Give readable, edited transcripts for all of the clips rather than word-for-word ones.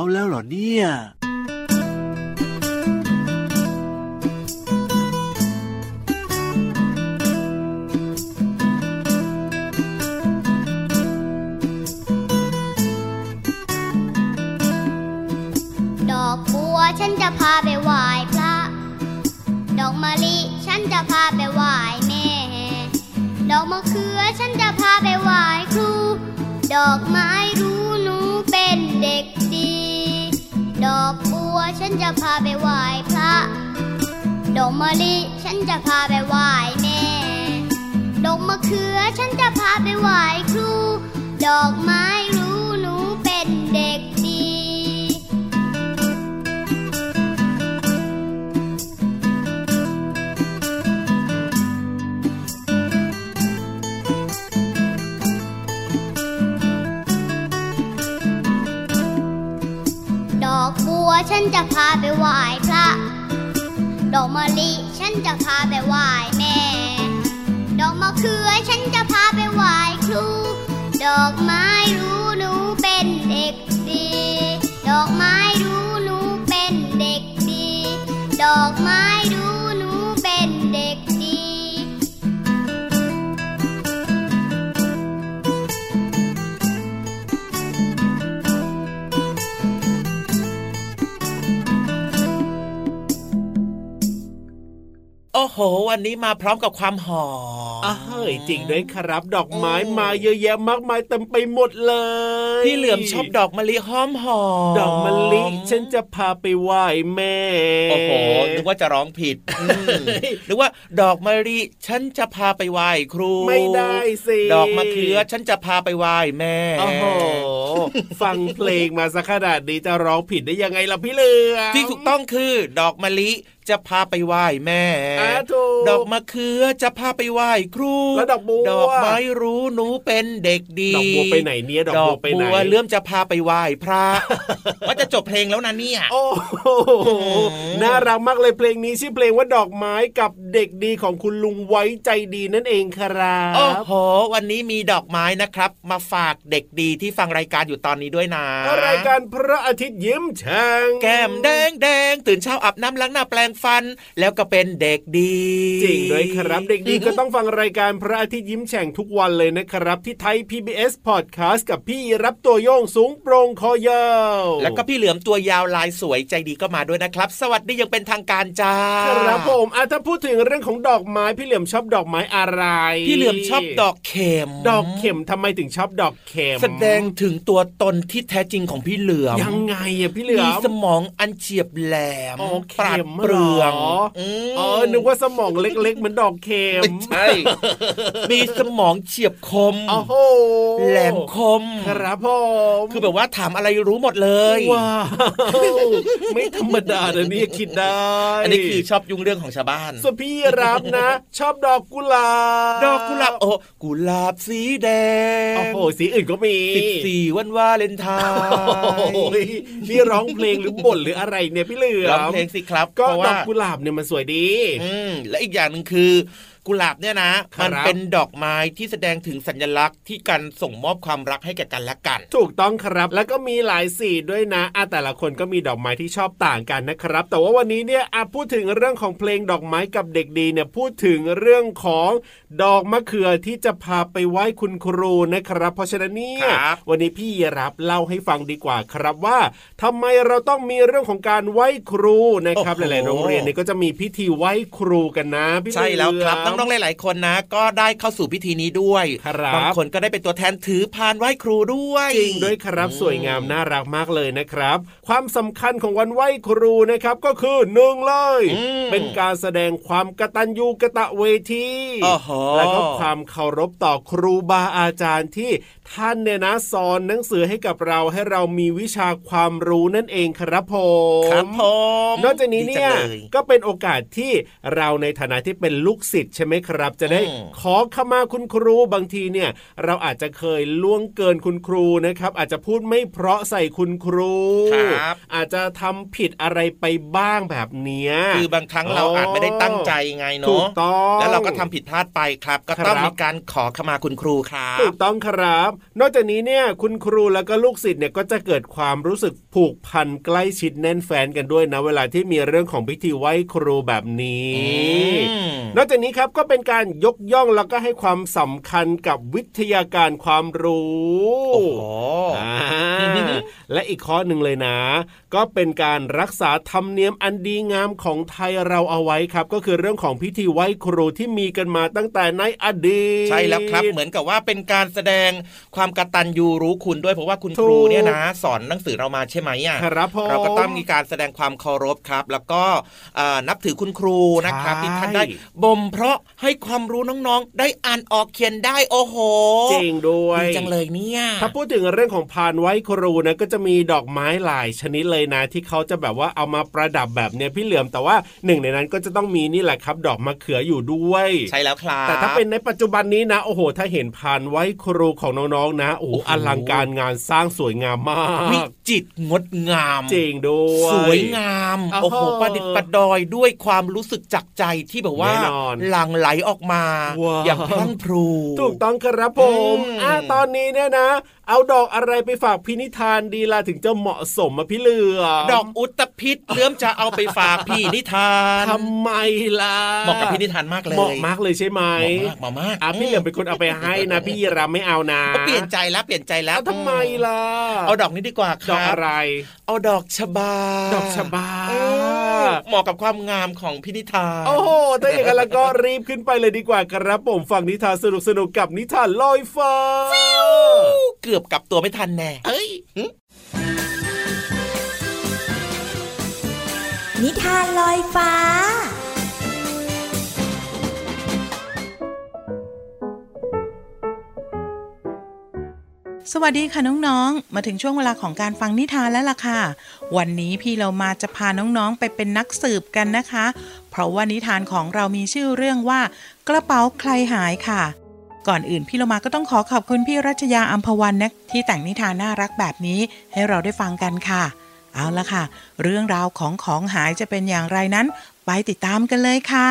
แล้วเหรอเนี่ยดอกบัวฉันจะพาไปไหว้พระดอกมะลิฉันจะพาไปไหว้แม่ดอกมะเขือฉันจะพาไปไหว้ครูดอกไม้รู้หนูเป็นเด็กดีดอกบัวฉันจะพาไปไหว้พระดอกมะลิฉันจะพาไปไหว้แม่ดอกมะเขือฉันจะพาไปไหว้ครูดอกไม้รู้หนูเป็นเด็กดีดอกบัวฉันจะพาไปไหว้พระดอกมะลิฉันจะพาไปไหว้แม่ดอกมะเขือฉันจะพาไปไหว้ครูดอกไม้รู้หนูเป็นเด็กดีดอกไม้รู้หนูเป็นเด็กดีดอกไม้รู้หนูเป็นเด็กดีโอ้โหวันนี้มาพร้อมกับความหอมเฮ้ยจริงด้วยครับดอกไม้มาเยอะแยะมากมายเต็มไปหมดเลยพี่เหลือมชอบดอกมะลิหอมดอกมะลิฉันจะพาไปไหว้แม่โอ้โหนึกว่าจะร้องผิดนึกว่าดอกมะลิฉันจะพาไปไหว้ครูไม่ได้สิดอกมะเขือฉันจะพาไปไหว้แม่โอ้โหฟังเพลงมาสักขนาดนี้จะร้องผิดได้ยังไงล่ะพี่เหลือมที่ถูกต้องคือดอกมะลิจะพาไปไหว้แม่ดอกมะเขือจะพาไปไหว้ครูแล้วดอกบัวดอกไม้รู้หนูเป็นเด็กดีดอกบัวไปไหนเนี่ยดอกบัวไปไหนเลื่อมจะพาไปไหว้พระว่าจะจบเพลงแล้วนะเนี่ยโอ้โหน่ารักมากเลยเพลงนี้ชื่อเพลงว่าดอกไม้กับเด็กดีของคุณลุงไว้ใจดีนั่นเองครับโอ้โหวันนี้มีดอกไม้นะครับมาฝากเด็กดีที่ฟังรายการอยู่ตอนนี้ด้วยนะรายการพระอาทิตย์ยิ้มแฉ่งแก้มแดงแดงตื่นเช้าอาบน้ำล้างหน้าแปรงฟันแล้วก็เป็นเด็กดีจริงด้วยครับเด็กดีก็ต้องฟังรายการพระอาทิตย์ยิ้มแฉ่งทุกวันเลยนะครับที่ไทย PBS Podcast กับพี่รับตัวโยงสูงโปร่งคอยาวแล้วก็พี่เหลือมตัวยาวลายสวยใจดีก็มาด้วยนะครับสวัสดียังเป็นทางการจ้าครับผมถ้าพูดถึงเรื่องของดอกไม้พี่เหลือมชอบดอกไม้อะไรพี่เหลือมชอบดอกเข็มดอกเข็มทำไมถึงชอบดอกเข็มแสดงถึงตัวตนที่แท้จริงของพี่เหลือมยังไงอะพี่เหลือมมีสมองอันเฉียบแหลมปราดเปรื่องนึกว่าสมองเล็กๆเหมือนดอกเข็มใช่มีสมองเฉียบคมโอ้โหแหลมคมครับผมคือแบบว่าถามอะไรรู้หมดเลยว้าวไม่ธรรมดาเลยนี่คิดได้อันนี้คือชอบยุ่งเรื่องของชาวบ้านส่วนพี่รับนะชอบดอกกุหลาบดอกกุหลาบโอ้กุหลาบสีแดงโอ้โหสีอื่นก็มี 14วันวาเลนไทน์นี่ร้องเพลงหรือบ่นหรืออะไรเนี่ยพี่เหลือมร้องเพลงสิครับก็ดอกกุหลาบเนี่ยมันสวยดีและอีกอย่างนึงคือกุหลาบเนี่ยนะมันเป็นดอกไม้ที่แสดงถึงสัญลักษณ์ที่การส่งมอบความรักให้แก่กันและกันถูกต้องครับแล้วก็มีหลายสีด้วยนะแต่ละคนก็มีดอกไม้ที่ชอบต่างกันนะครับแต่ว่าวันนี้เนี่ยพูดถึงเรื่องของเพลงดอกไม้กับเด็กดีเนี่ยพูดถึงเรื่องของดอกมะเขือที่จะพาไปไหว้คุณครูนะครับเพราะฉะนั้นเนี่ยวันนี้พี่รับเล่าให้ฟังดีกว่าครับว่าทำไมเราต้องมีเรื่องของการไหว้ครูนะครับหลายๆโรงเรียนเนี่ยก็จะมีพิธีไหว้ครูกันนะพี่ใช่แล้วครับน้องๆหลายๆคนนะก็ได้เข้าสู่พิธีนี้ด้วยบางคนก็ได้เป็นตัวแทนถือพานไหว้ครูด้วยจริงด้วยครับสวยงามน่ารักมากเลยนะครับความสำคัญของวันไหว้ครูนะครับก็คือ1เลยเป็นการแสดงความกตัญญูกตเวทีและก็ความเคารพต่อครูบาอาจารย์ที่ท่านเนี่ยนะสอนหนังสือให้กับเราให้เรามีวิชาความรู้นั่นเองครับผมนอกจากนี้เนี่ยก็เป็นโอกาสที่เราในฐานะที่เป็นลูกศิษย์ใช่ช่ไหมครับจะได้ขอขมาคุณครูบางทีเนี่ยเราอาจจะเคยล่วงเกินคุณครูนะครับอาจจะพูดไม่เพราะใส่คุณครูอาจจะทำผิดอะไรไปบ้างแบบเนี้ยคือบางครั้งเราอาจไม่ได้ตั้งใจไงเนาะถูกต้องแล้วเราก็ทำผิดพลาดไปครับก็ต้องมีการขอขมาคุณครูครับถูกต้องครับนอกจากนี้เนี่ยคุณครูแล้วก็ลูกศิษย์เนี่ยก็จะเกิดความรู้สึกผูกพันใกล้ชิดแน่นแฟนกันด้วยนะเวลาที่มีเรื่องของพิธีไหว้ครูแบบนี้นอกจากนี้ครับก็เป็นการยกย่องแล้วก็ให้ความสำคัญกับวิทยาการความรู้และอีกข้อหนึ่งเลยนะก็เป็นการรักษาธรรมเนียมอันดีงามของไทยเราเอาไว้ครับก็คือเรื่องของพิธีไหว้ครูที่มีกันมาตั้งแต่ในอดีตใช่แล้วครับเหมือนกับว่าเป็นการแสดงความกตัญญูรู้คุณด้วยเพราะว่าคุณครูเนี่ยนะสอนหนังสือเรามาใช่ไหมอ่ะเราก็ต้องมีการแสดงความเคารพครับแล้วก็นับถือคุณครูนะครับที่ท่านได้บ่มเพราะให้ความรู้น้องๆได้อ่านออกเขียนได้โอ้โหจริงด้วยดีจังเลยเนี่ยถ้าพูดถึงเรื่องของพานไหว้ครูนะก็จะมีดอกไม้หลายชนิดเลยนะที่เขาจะแบบว่าเอามาประดับแบบเนี้ยพี่เหลือมแต่ว่าหนึ่งในนั้นก็จะต้องมีนี่แหละครับดอกมะเขืออยู่ด้วยใช่แล้วครับแต่ถ้าเป็นในปัจจุบันนี้นะโอ้โหถ้าเห็นพานไหว้ครูของน้องๆนะโอ้โหอลังการงานสร้างสวยงามมากวิจิตรงดงามจริงด้วยสวยงามโอ้โหประดิษฐ์ประดอยด้วยความรู้สึกจากใจที่แบบว่าหลั่งไหลออกมาอย่างพรั่งพรูถูกต้องครับผมตอนนี้เนี่ยนะเอาดอกอะไรไปฝากพี่นิทานดีล่ะถึงจะเหมาะสมพี่เหลือดอกอุตภิษเลื่อมจะเอาไปฝากพี่นิทานทำไมล่ะเหมาะกับพี่นิทานมากเลยเหมาะมากเลยใช่ไหมเหมาะมากพี่เหลือเป็นคนเอาไปให้นะพี่ยีราฟไม่เอานะเปลี่ยนใจแล้วทำไมล่ะเอาดอกนี้ดีกว่าครับดอกอะไรเอาดอกชบาดอกชบาเหมาะกับความงามของพี่นิทานโอ้โหถ้าอย่างนั้นแล้วก็รีบขึ้นไปเลยดีกว่าครับผมฟังนิทานสนุกกับนิทานลอยฟ้าเกือบกับตัวไม่ทันแน่นิทานลอยฟ้าสวัสดีค่ะน้องๆมาถึงช่วงเวลาของการฟังนิทานแล้วล่ะค่ะวันนี้พี่เรามาจะพาน้องๆไปเป็นนักสืบกันนะคะเพราะว่านิทานของเรามีชื่อเรื่องว่ากระเป๋าใครหายค่ะก่อนอื่นพี่เรามาก็ต้องขอบคุณพี่รัชยาอัมพวันนะที่แต่งนิทานน่ารักแบบนี้ให้เราได้ฟังกันค่ะเอาละค่ะเรื่องราวของหายจะเป็นอย่างไรนั้นไปติดตามกันเลยค่ะ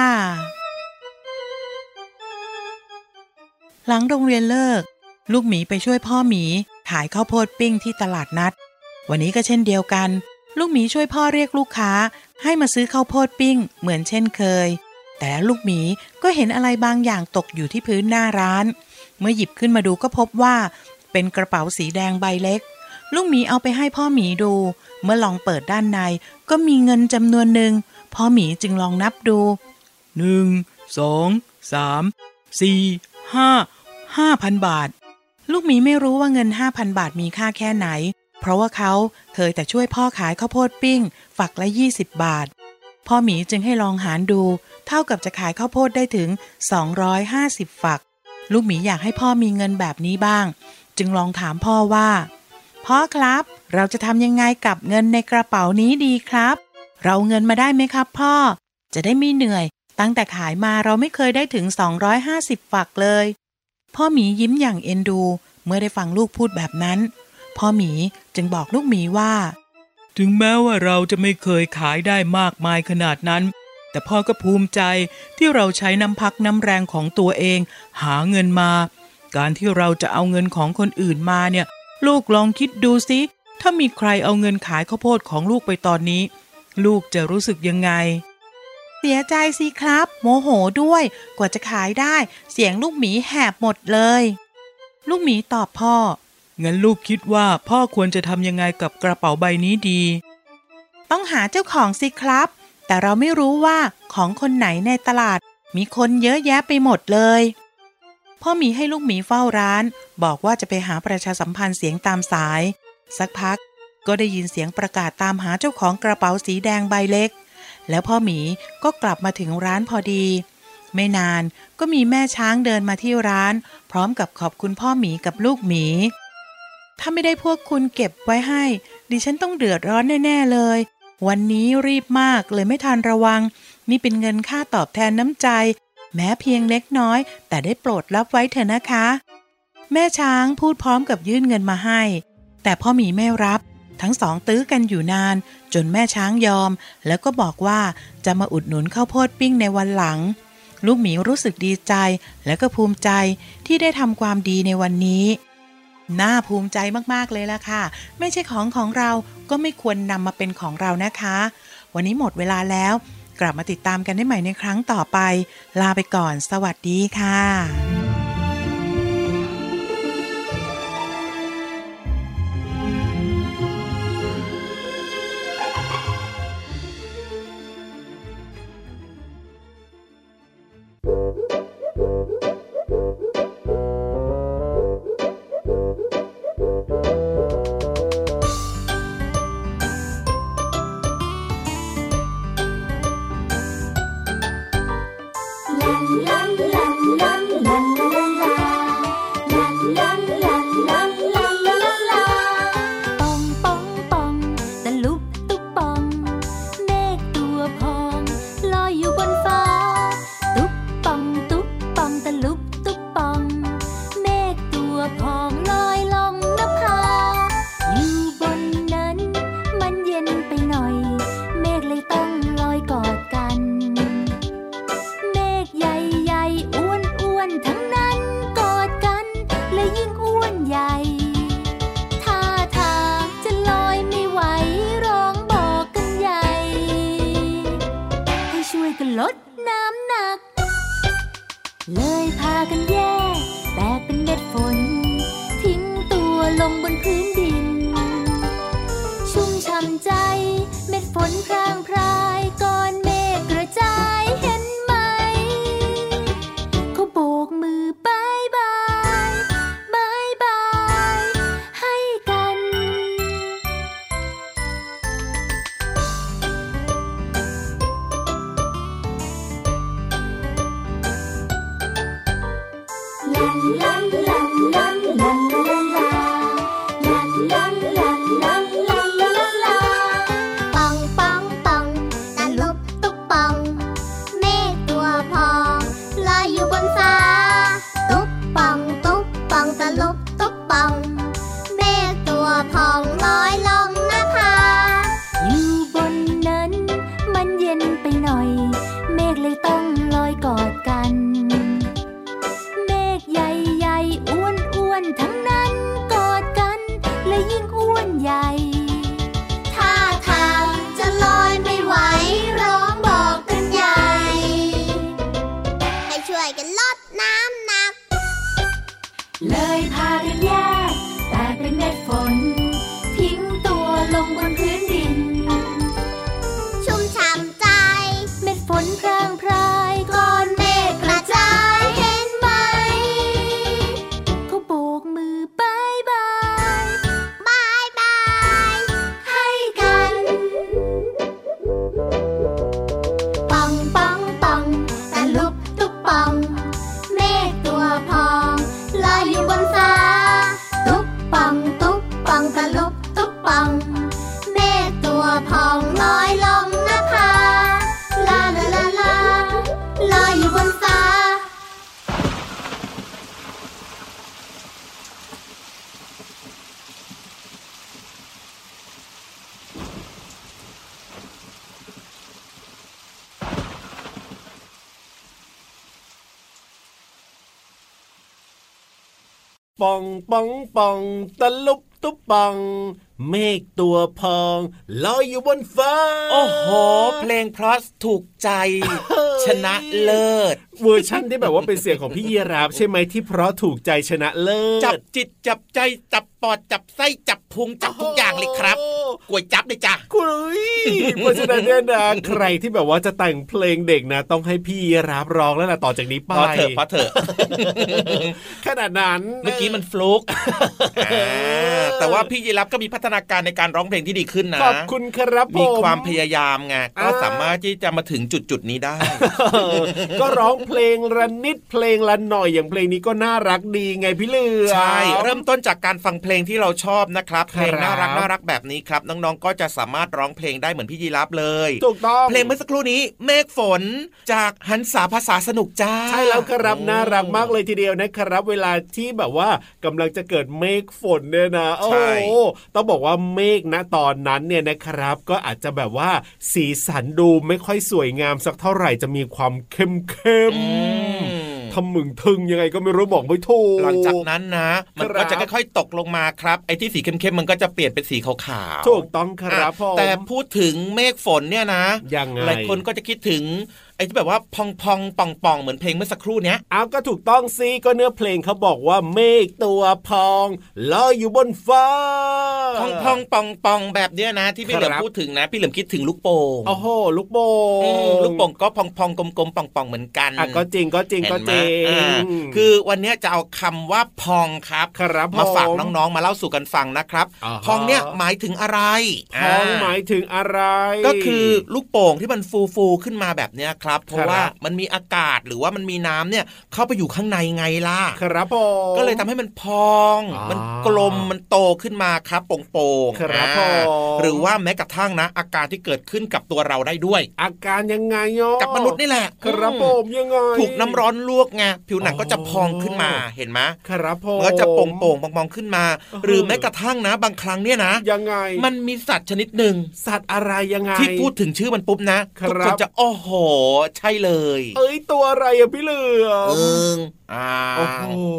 หลังโรงเรียนเลิกลูกหมีไปช่วยพ่อหมีขายข้าวโพดปิ้งที่ตลาดนัดวันนี้ก็เช่นเดียวกันลูกหมีช่วยพ่อเรียกลูกค้าให้มาซื้อข้าวโพดปิ้งเหมือนเช่นเคยแต่ลูกหมีก็เห็นอะไรบางอย่างตกอยู่ที่พื้นหน้าร้านเมื่อหยิบขึ้นมาดูก็พบว่าเป็นกระเป๋าสีแดงใบเล็กลูกหมีเอาไปให้พ่อหมีดูเมื่อลองเปิดด้านในก็มีเงินจำนวนหนึ่งพ่อหมีจึงลองนับดู1 2 3 4 5,000 บาทลูกหมีไม่รู้ว่าเงิน 5,000 บาทมีค่าแค่ไหนเพราะว่าเขาเคยแต่ช่วยพ่อขายข้าวโพดปิ้งฝักละ20 บาทพ่อหมีจึงให้ลองหารดูเท่ากับจะขายข้าวโพดได้ถึง250ฝักลูกหมีอยากให้พ่อมีเงินแบบนี้บ้างจึงลองถามพ่อว่าพ่อครับเราจะทำยังไงกับเงินในกระเป๋านี้ดีครับเราเงินมาได้ไหมครับพ่อจะได้ไม่เหนื่อยตั้งแต่ขายมาเราไม่เคยได้ถึง250ฝักเลยพ่อหมียิ้มอย่างเอ็นดูเมื่อได้ฟังลูกพูดแบบนั้นพ่อหมีจึงบอกลูกหมีว่าถึงแม้ว่าเราจะไม่เคยขายได้มากมายขนาดนั้นแต่พ่อก็ภูมิใจที่เราใช้น้ำพักน้ำแรงของตัวเองหาเงินมาการที่เราจะเอาเงินของคนอื่นมาเนี่ยลูกลองคิดดูสิถ้ามีใครเอาเงินขายข้าวโพดของลูกไปตอนนี้ลูกจะรู้สึกยังไงเสียใจสิครับโมโหด้วยกว่าจะขายได้เสียงลูกหมีแหบหมดเลยลูกหมีตอบพ่องั้นลูกคิดว่าพ่อควรจะทำยังไงกับกระเป๋าใบนี้ดีต้องหาเจ้าของสิครับแต่เราไม่รู้ว่าของคนไหนในตลาดมีคนเยอะแยะไปหมดเลยพ่อหมีให้ลูกหมีเฝ้าร้านบอกว่าจะไปหาประชาสัมพันธ์เสียงตามสายสักพักก็ได้ยินเสียงประกาศตามหาเจ้าของกระเป๋าสีแดงใบเล็กแล้วพ่อหมีก็กลับมาถึงร้านพอดีไม่นานก็มีแม่ช้างเดินมาที่ร้านพร้อมกับขอบคุณพ่อหมีกับลูกหมีถ้าไม่ได้พวกคุณเก็บไว้ให้ดิฉันต้องเดือดร้อนแน่ๆเลยวันนี้รีบมากเลยไม่ทันระวังนี่เป็นเงินค่าตอบแทนน้ำใจแม้เพียงเล็กน้อยแต่ได้โปรดรับไว้เถอะนะคะแม่ช้างพูดพร้อมกับยื่นเงินมาให้แต่พ่อหมีไม่รับทั้งสองตื้อกันอยู่นานจนแม่ช้างยอมแล้วก็บอกว่าจะมาอุดหนุนข้าวโพดปิ้งในวันหลังลูกหมีรู้สึกดีใจและก็ภูมิใจที่ได้ทำความดีในวันนี้น่าภูมิใจมากๆเลยล่ะค่ะไม่ใช่ของเราก็ไม่ควรนำมาเป็นของเรานะคะวันนี้หมดเวลาแล้วกลับมาติดตามกันได้ใหม่ในครั้งต่อไปลาไปก่อนสวัสดีค่ะเลยพากันแยกแตกเป็นเม็ดฝนทิ้งตัวลงบนพื้นดินชุ่มช่ำใจเม็ดฝนพรางพรายก้อนเมฆกระจายเห็นไหมเขาโบกมือบายบายบายบายให้กันเลยพากันแยกแต่เป็นเม็ดฝนทิ้งตัวลงบนพื้นดินชุ่มช่ำใจเม็ดฝนพรางพรายก้อนเมฆกระจายเห็นไหมเขาโบกมือบายบายบายบายให้กันป่องป่องป่องตะลุบตุบป่องเมฆตัวพองลอยอยู่บนฟ้าตุ๊บป่องตุ๊บป่องตะลุบตุ๊บป่องเมฆตัวพองลอยลงนภาลาลาลาลาลอยอยู่บนฟ้าป่องป่องป่องตะลุบตุ๊บป่องเมฆตัวพองลอยอยู่บนฟ้าโอ้โหเพลงเพราะถูกใจ ชนะเลิศเวอร์ชั่นที่แบบว่าเป็นเสียงของพี่ยีราฟใช่ไหมที่เพราะถูกใจชนะเลิศจับจิตจับใจจับปอดจับไส้จับพุงจับทุกอย่างเลยครับกวยจับเลยจ้ะคุยเพราะฉะนั้นเนี่ยนะใครที่แบบว่าจะแต่งเพลงเด็กนะต้องให้พี่ยีราฟร้องแล้วนะต่อจากนี้ไปพอเถอะขนาดนั้นเมื่อกี้มันฟลุกแต่ว่าพี่ยีราฟก็มีพัฒนาการในการร้องเพลงที่ดีขึ้นนะขอบคุณครับมีความพยายามไงก็สามารถที่จะมาถึงจุดนี้ได้ก็ร้องเพลงระนิดเพลงละหน่อยอย่างเพลงนี้ก็น่ารักดีไงพี่เหลือใช่เริ่มต้นจากการฟังเพลงที่เราชอบนะครับเพลงน่ารักแบบนี้ครับน้องๆก็จะสามารถร้องเพลงได้เหมือนพี่ยีรับเลยถูกต้องเพลงเมื่อสักครู่นี้เมฆฝนจากหันษาภาษาสนุกจ้าใช่แล้วครับน่ารักมากเลยทีเดียวนะครับเวลาที่แบบว่ากำลังจะเกิดเมฆฝนเนี่ยนะโอ้ต้องบอกว่าเมฆนะตอนนั้นเนี่ยนะครับก็อาจจะแบบว่าสีสันดูไม่ค่อยสวยงามสักเท่าไหร่จะมีความเข้มทำมึงทึงยังไงก็ไม่รู้บอกไม่ถูกหลังจากนั้นนะมันก็จะค่อยๆตกลงมาครับไอ้ที่สีเข้มๆมันก็จะเปลี่ยนเป็นสีขาวๆถูกต้องครับแต่พูดถึงเมฆฝนเนี่ยนะหลายคนก็จะคิดถึงไอ้ที่แบบว่าพองๆป่องๆเหมือนเพลงเมื่อสักครู่เนี้ยอ้าวก็ถูกต้องสิก็เนื้อเพลงเขาบอกว่าเมฆตัวพองลอยอยู่บนฟ้าพองป่องๆแบบเนี้ยนะที่พี่เหลิมพูดถึงนะพี่เหลิมคิดถึงลูกโป่งโอ้โหลูกโป่งลูกโป่งก็พองๆกลมๆป่องๆเหมือนกันก็จริงคือวันนี้จะเอาคำว่าพองครับมาฝากน้องๆมาเล่าสู่กันฟังนะครับพองเนี่ยหมายถึงอะไรพองหมายถึงอะไรก็คือลูกโป่งที่มันฟูขึ้นมาแบบเนี้ยเพราะว่ามันมีอากาศหรือว่ามันมีน้ำเนี่ยเข้าไปอยู่ข้างในไงล่ะครับผมก็เลยทำให้มันพองมันกลมมันโตขึ้นมาครับโป่งๆครับผมหรือว่าแม้กระทั่งนะอาการที่เกิดขึ้นกับตัวเราได้ด้วยอาการยังไงกับมนุษย์นี่แหละครับผมยังไงถูกน้ำร้อนลวกไงผิวหนังก็จะพองขึ้นมาเห็นไหมครับผมก็จะโป่งพองๆขึ้นมาหรือแม้กระทั่งนะบางครั้งเนี่ยนะยังไงมันมีสัตว์ชนิดหนึ่งสัตว์อะไรยังไงที่พูดถึงชื่อมันปุ๊บนะทุกคนจะโอ้โหใช่เลยตัวอะไรอะพี่เหลือมโอ้โห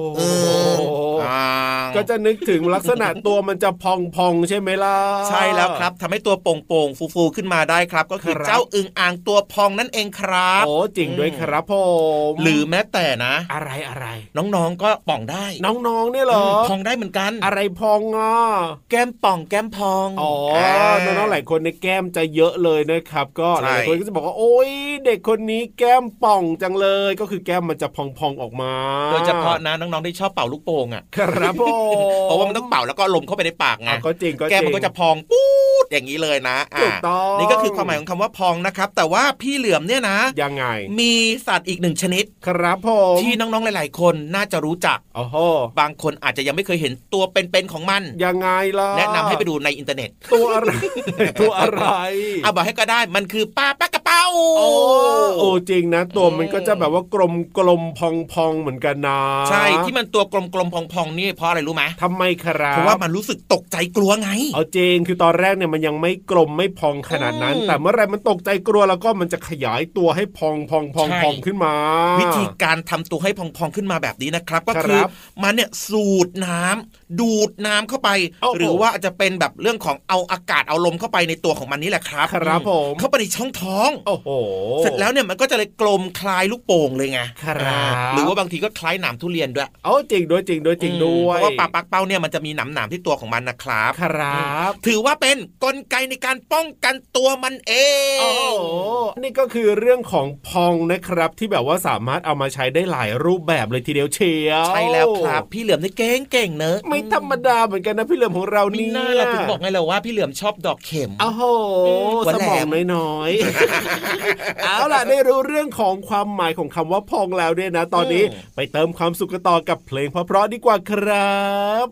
ก็จะนึกถึงลักษณะตัวมันจะพองใช่ไหมล่ะใช่แล้วครับทำให้ตัวโป่งฟูขึ้นมาได้ครับก็คือเจ้าอึ่งอ่างตัวพองนั่นเองครับโอ้จริงด้วยครับผมหรือแม้แต่นะอะไรน้องๆก็ป่องได้น้องๆเนี่ยเหรอพองได้เหมือนกันอะไรพองอ่ะแก้มป่องแก้มพองอ๋อน้องๆหลายคนในแก้มจะเยอะเลยนะครับก็หลายคนก็จะบอกว่าโอ๊ยเด็กคนนี้แก้มป่องจังเลยก็คือแก้มมันจะพองออกมาโดยเฉพาะนะน้องๆที่ชอบเป่าลูกโป่งอ่ะครับผมเพราะว่ามันต้องเป่าแล้วก็ลมเข้าไปในปากไงก็จริงแก้มมันก็จะพองปู๊ดอย่างนี้เลยนะถูกต้องนี่ก็คือความหมายของคำว่าพองนะครับแต่ว่าพี่เหลือมเนี่ยนะยังไงมีสัตว์อีกหนึ่งชนิดครับผมที่น้องๆหลายๆคนน่าจะรู้จักโอ้โหบางคนอาจจะยังไม่เคยเห็นตัวเป็นๆของมันยังไงล่ะแนะนำให้ไปดูในอินเทอร์เน็ตตัวอะไรตัวอะไรเอาบอกให้ก็ได้มันคือปลาปักกระเป้าโอ้จริงนะตัวมันก็จะแบบว่ากลมพองเหมือนกันนะใช่ที่มันตัวกลมพองนี่เพราะอะไรรู้ไหมทำไมครับเพราะว่ามันรู้สึกตกใจกลัวไงเอาจริงคือตอนแรกเนี่ยมันยังไม่กลมไม่พองขนาดนั้นแต่เมื่อไรมันตกใจกลัวแล้วก็มันจะขยายตัวให้พองขึ้นมาวิธีการทำตัวให้พองขึ้นมาแบบนี้นะครับก็คือมันเนี่ยสูดน้ำดูดน้ำเข้าไปหรือว่าอาจจะเป็นแบบเรื่องของเอาอากาศเอาลมเข้าไปในตัวของมันนี่แหละครับครับผมเข้าไปในช่องท้องโอ้โหเสร็จแล้วเนี่ยมันก็จะเลยกลมคล้ายลูกโป่งเลยไงครับหรือว่าบางทีก็คล้ายหนามทุเรียนด้วยจริงด้วยเพราะว่าปลาปักเป้าเนี่ยมันจะมีหนามที่ตัวของมันนะครับครับถือว่าเป็นกลไกในการป้องกันตัวมันเองนี่ก็คือเรื่องของพองนะครับที่แบบว่าสามารถเอามาใช้ได้หลายรูปแบบเลยทีเดียวเชียวใช่แล้วครับพี่เหลือมนี่เก่งเนอะไม่ธรรมดาเหมือนกันนะพี่เหลือมของเรานี่น่าเราถึงบอกไงเราว่าพี่เหลือมชอบดอกเข็มโอ้โหสมองน้อยๆเอาล่ะได้รู้เรื่องของความหมายของคำว่าพองแล้วเนี่ยนะตอนนี้ไปเติมความสุขต่อกับเพลงเพราะๆดีกว่าครับ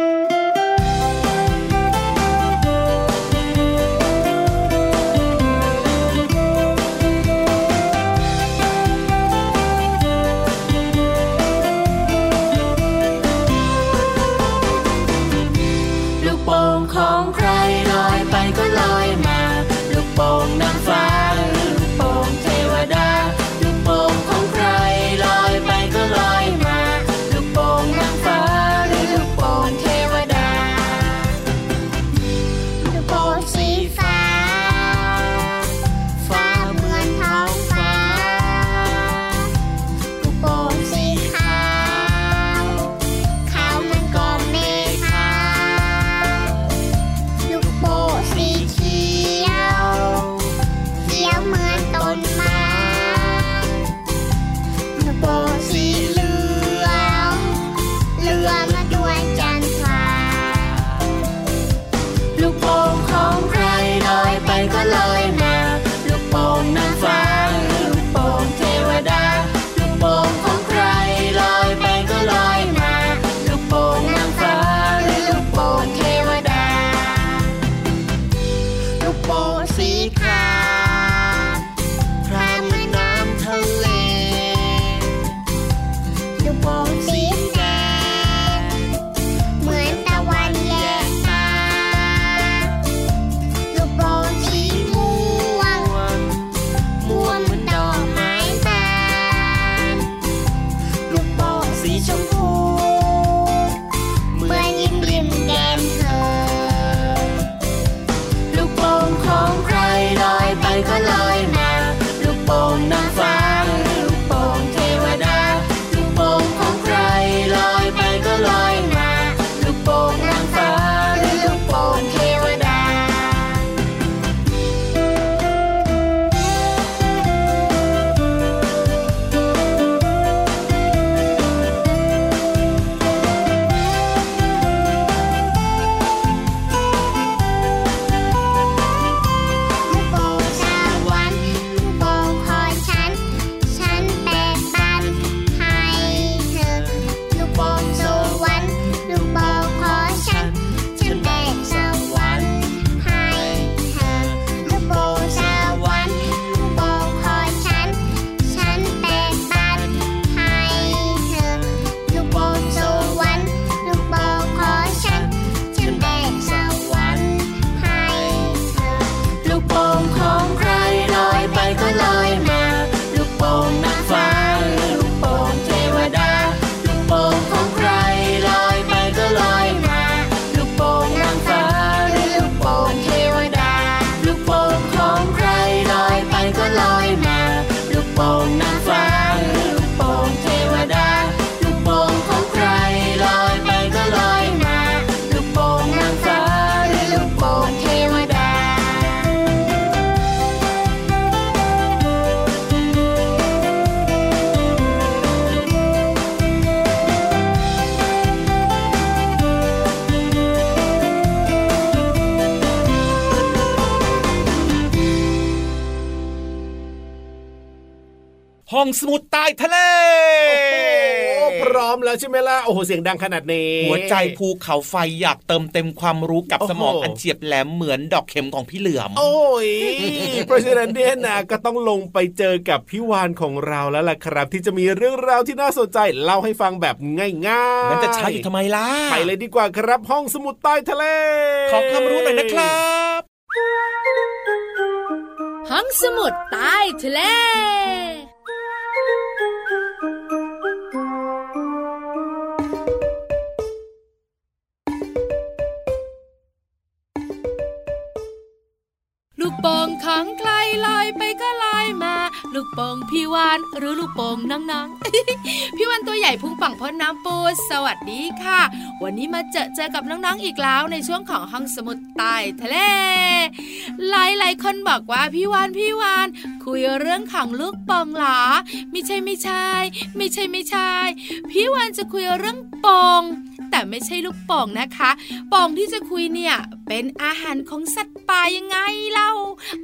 ลูกโป่งของใครลอยไปก็ลอยมาลูกโป่งนางฟ้าลูกโป่งเทวดาลูกโป่งของใครลอยไปก็ลอยมาลูกโป่งนางฟ้าหรือลูกโป่งเทห้องสมุดใต้ทะเลพร้อมแล้วใช่ไหมล่ะโอ้โหเสียงดังขนาดนี้หัวใจภูเขาไฟอยากเติมเต็มความรู้กับสมองอันเฉียบแหลมเหมือนดอกเข็มของพี่เหลือมโอ้ยเพราะฉะนั้นเนี่ยนะก็ต้องลงไปเจอกับพี่วานของเราแล้วล่ะครับที่จะมีเรื่องราวที่น่าสนใจเล่าให้ฟังแบบง่ายๆงั้นจะช้าอยู่ทำไมล่ะไปเลยดีกว่าครับห้องสมุดใต้ทะเลขอความรู้หน่อยนะครับห้องสมุดใต้ทะเลลูกโป่งของใครลอยไปก็ลอยมาลูกโป่งพี่วานหรือลูกโป่งน้องๆ พี่วานตัวใหญ่พุงป่องพ้นน้ำปูสวัสดีค่ะวันนี้มาเจอกับน้องๆอีกแล้วในช่วงของห้องสมุดใต้ทะเลหลายคนบอกว่าพี่วานคุยเรื่องของลูกโป่งหรอไม่ใช่พี่วานจะคุยเรื่องโป่งแต่ไม่ใช่ลูกโป่งนะคะโป่งที่จะคุยเนี่ยเป็นอาหารของสัตว์ป่ายังไงเล่า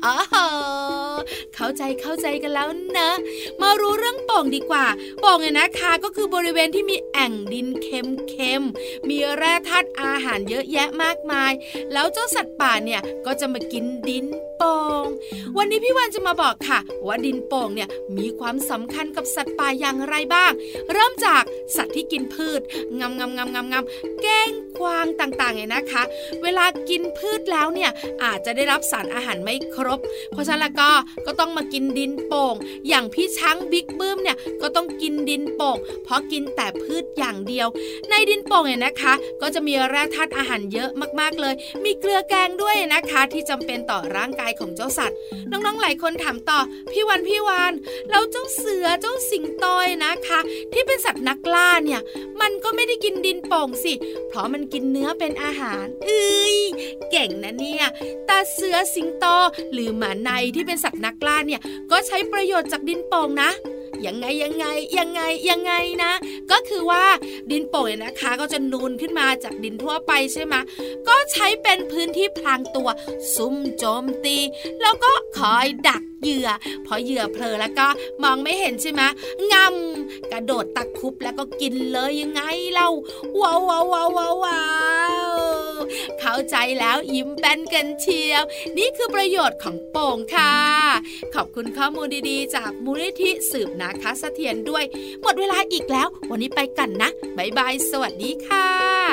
เข้าใจกันแล้วนะมารู้เรื่องโป่งดีกว่าโป่งเนี่ยนะคะก็คือบริเวณที่มีแอ่งดินเค็มๆมีแร่ธาตุอาหารเยอะแยะมากมายแล้วเจ้าสัตว์ป่าเนี่ยก็จะมากินดินโป่งวันนี้พี่วานจะมาบอกค่ะว่าดินโป่งเนี่ยมีความสำคัญกับสัตว์ป่าอย่างไรบ้างเริ่มจากสัตว์ที่กินพืชงำแก้งกวางต่างๆเนี่ยนะคะเวลากินพืชแล้วเนี่ยอาจจะได้รับสารอาหารไม่ครบเพราะฉะนั้นแล้วก็ต้องมากินดินโป่งอย่างพี่ช้างบิ๊กบึ้มเนี่ยก็ต้องกินดินโป่งเพราะกินแต่พืชอย่างเดียวในดินโป่งเนี่ยนะคะก็จะมีแร่ธาตุอาหารเยอะมากๆเลยมีเกลือแกงด้วยนะคะที่จำเป็นต่อร่างกายของเจ้าสัตว์น้องๆหลายคนถามต่อพี่วานแล้วเจ้าเสือเจ้าสิงโตนะคะที่เป็นสัตว์นักล่าเนี่ยมันก็ไม่ได้กินดินโป่งสิเพราะมันกินเนื้อเป็นอาหารเก่งนะเนี่ยแต่เสือสิงโตหรือหมาในที่เป็นสัตว์นักล่าเนี่ยก็ใช้ประโยชน์จากดินโป่งนะยังไงนะก็คือว่าดินโป่งเนี่ยนะคะก็จะนูนขึ้นมาจากดินทั่วไปใช่ไหมก็ใช้เป็นพื้นที่พรางตัวซุ่มโจมตีแล้วก็คอยดักเหยื่อพอเหยื่อเผลอแล้วก็มองไม่เห็นใช่ไหมกระโดดตะคุบแล้วก็กินเลยยังไงเล่าว้าวเข้าใจแล้วยิ้มแป้นกันเชียวนี่คือประโยชน์ของโป่งค่ะขอบคุณข้อมูลดีๆจากมูลนิธิสืบนาคเสถียรด้วยหมดเวลาอีกแล้ววันนี้ไปกันนะบ๊ายบายสวัสดีค่ะ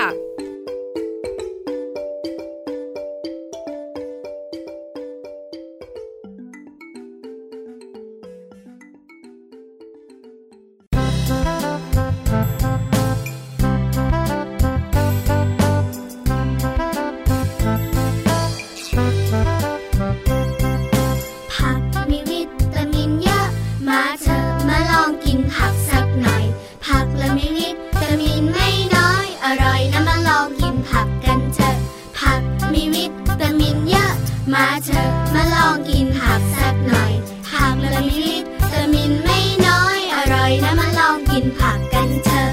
มาเถอะมาลองกินผักสักหน่อยผักละมีวิตามินไม่น้อยอร่อยนะมาลองกินผักกันเถอะ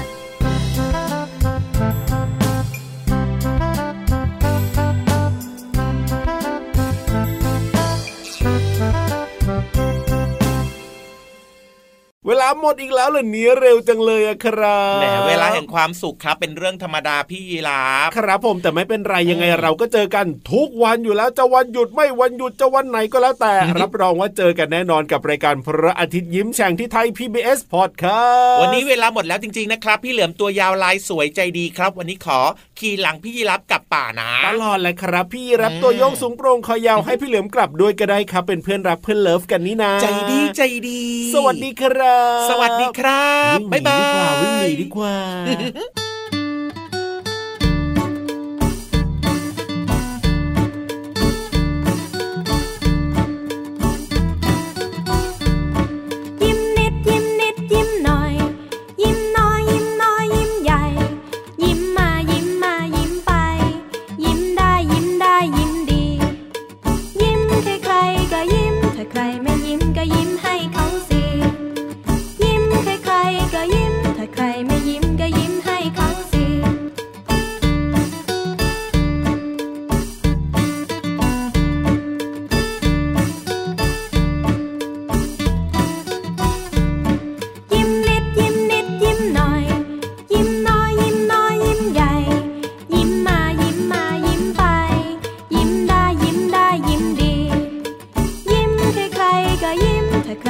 เวลาหมดอีกแล้วเหรอเนี่ยเร็วจังเลยอะครับแหมเวลาแห่งความสุขครับเป็นเรื่องธรรมดาพี่ยีราฟครับผมแต่ไม่เป็นไรยังไงเราก็เจอกันทุกวันอยู่แล้วจะวันหยุดไม่วันหยุดจะวันไหนก็แล้วแต่ รับรองว่าเจอกันแน่นอนกับรายการพระอาทิตย์ยิ้มแฉ่งที่ไทย PBS Podcast วันนี้เวลาหมดแล้วจริงๆนะครับพี่เหลือมตัวยาวลายสวยใจดีครับวันนี้ขอขี่หลังพี่ยีราฟกลับป่านะตลอดเลยครับพี่ยีราฟตัวโยงสูงโปร่งคอยาวให้พี่เหลือมกลับด้วยก็ได้ครับเป็นเพื่อนรักเพื่อนเลิฟกันนี่นะใจดีสวัสดีครับสวัสดีครับบ๊ายบายวิ่งหนีดีกว่ายิ้มนิดยิ้มนิดยิ้มหน่อยยิ้มน้อยยิ้มน้อยยิ้มใหญ่ยิ้มมายิ้มมายิ้มไปยิ้มได้ยิ้มได้ยิ้มดียิ้มใครๆก็ยิ้มถ้าใครไม่ยิ้มก็ยิ้มให้เขาสิยิ้มใครๆก็ยิ้มถ้าใครไม่ยิ้มก็ยิ้มให้เขา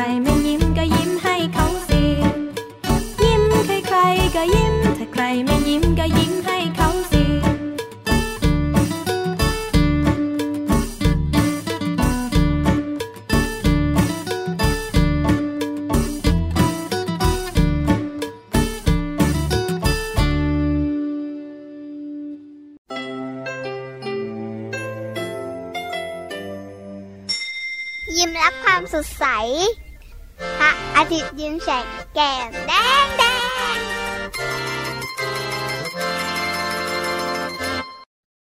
รไม่ยิ้มก็ยิ้มให้เขาสิยิ้มใครๆก็ยิ้มถ้าใครไม่ยิ้มก็ยิ้มให้เขาสิยิ้มรับความสดใสพระอาทิตย์ยิ้มแฉกแก้มแดง